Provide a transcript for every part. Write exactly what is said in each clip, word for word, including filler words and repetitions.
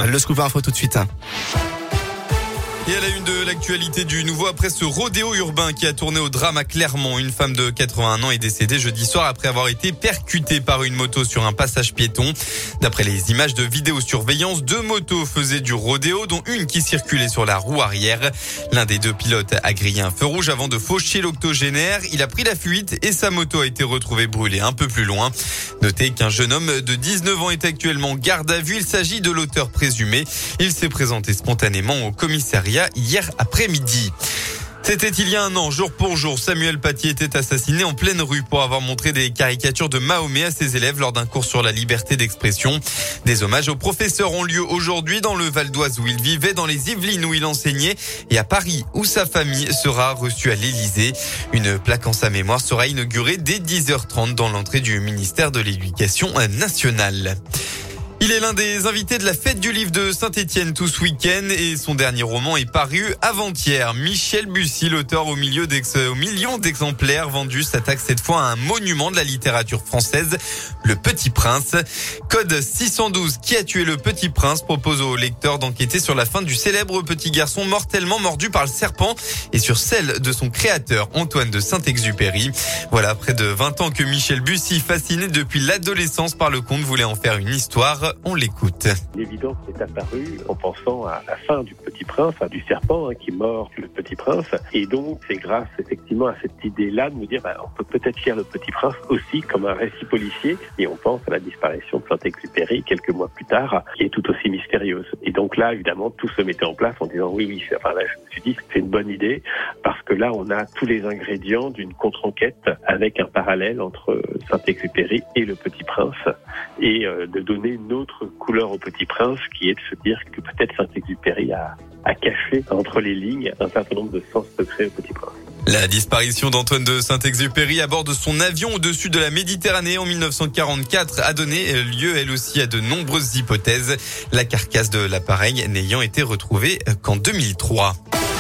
Le Scoop Info tout de suite. Et à la une de l'actualité du nouveau après ce rodéo urbain qui a tourné au drame à Clermont. Une femme de quatre-vingt-un ans est décédée jeudi soir après avoir été percutée par une moto sur un passage piéton. D'après les images de vidéosurveillance, deux motos faisaient du rodéo, dont une qui circulait sur la roue arrière. L'un des deux pilotes a grillé un feu rouge avant de faucher l'octogénaire. Il a pris la fuite et sa moto a été retrouvée brûlée un peu plus loin. Notez qu'un jeune homme de dix-neuf ans est actuellement garde à vue. Il s'agit de l'auteur présumé. Il s'est présenté spontanément au commissariat hier après-midi. C'était il y a un an, jour pour jour, Samuel Paty était assassiné en pleine rue pour avoir montré des caricatures de Mahomet à ses élèves lors d'un cours sur la liberté d'expression. Des hommages aux professeurs ont lieu aujourd'hui dans le Val d'Oise où il vivait, dans les Yvelines où il enseignait et à Paris où sa famille sera reçue à l'Élysée. Une plaque en sa mémoire sera inaugurée dès dix heures trente dans l'entrée du ministère de l'Éducation nationale. Il est l'un des invités de la fête du livre de Saint-Étienne tout ce week-end et son dernier roman est paru avant-hier. Michel Bussy, l'auteur au milieu d'ex- au million d'exemplaires vendus, s'attaque cette fois à un monument de la littérature française, Le Petit Prince. Code six cent douze, qui a tué le Petit Prince, propose au lecteur d'enquêter sur la fin du célèbre petit garçon mortellement mordu par le serpent et sur celle de son créateur, Antoine de Saint-Exupéry. Voilà, près de vingt ans que Michel Bussy, fasciné depuis l'adolescence par le conte, voulait en faire une histoire. On l'écoute. L'évidence est apparue en pensant à la fin du Petit Prince, enfin, du serpent hein, qui mord le Petit Prince. Et donc, c'est grâce effectivement à cette idée-là de me dire, bah, on peut peut-être lire le Petit Prince aussi comme un récit policier. Et on pense à la disparition de Saint-Exupéry quelques mois plus tard, qui est tout aussi mystérieuse. Et donc là, évidemment, tout se mettait en place en disant, oui, oui, enfin là, je me suis dit que c'est une bonne idée parce que là, on a tous les ingrédients d'une contre-enquête avec un parallèle entre Saint-Exupéry et le Petit Prince et euh, de donner une autre couleur au Petit Prince qui est de se dire que peut-être Saint-Exupéry a, a caché entre les lignes un certain nombre de sens secrets au Petit Prince. La disparition d'Antoine de Saint-Exupéry à bord de son avion au-dessus de la Méditerranée en mille neuf cent quarante-quatre a donné lieu elle aussi à de nombreuses hypothèses. La carcasse de l'appareil n'ayant été retrouvée qu'en deux mille trois.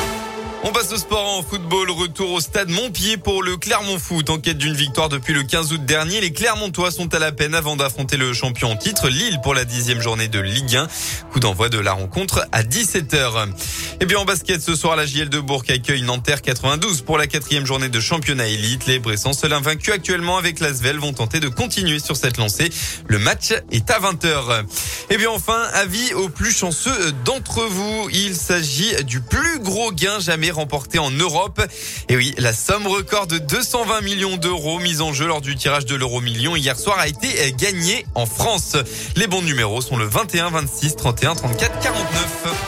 On passe au sport en football. Retour au stade Montpied pour le Clermont Foot. En quête d'une victoire depuis le quinze août dernier, les Clermontois sont à la peine avant d'affronter le champion en titre, Lille, pour la dixième journée de Ligue un. Coup d'envoi de la rencontre à dix-sept heures. Et bien en basket, ce soir, la J L de Bourg accueille Nanterre quatre-vingt-douze pour la quatrième journée de championnat élite. Les Bressans, seuls invaincus actuellement avec l'Asvel, vont tenter de continuer sur cette lancée. Le match est à vingt heures. Et bien enfin, avis aux plus chanceux d'entre vous. Il s'agit du plus gros gain jamais remporté en Europe. Et oui, la somme record de deux cent vingt millions d'euros mise en jeu lors du tirage de l'euro million hier soir a été gagnée en France. Les bons numéros sont le vingt et un, vingt-six, trente et un, trente-quatre, quarante-neuf.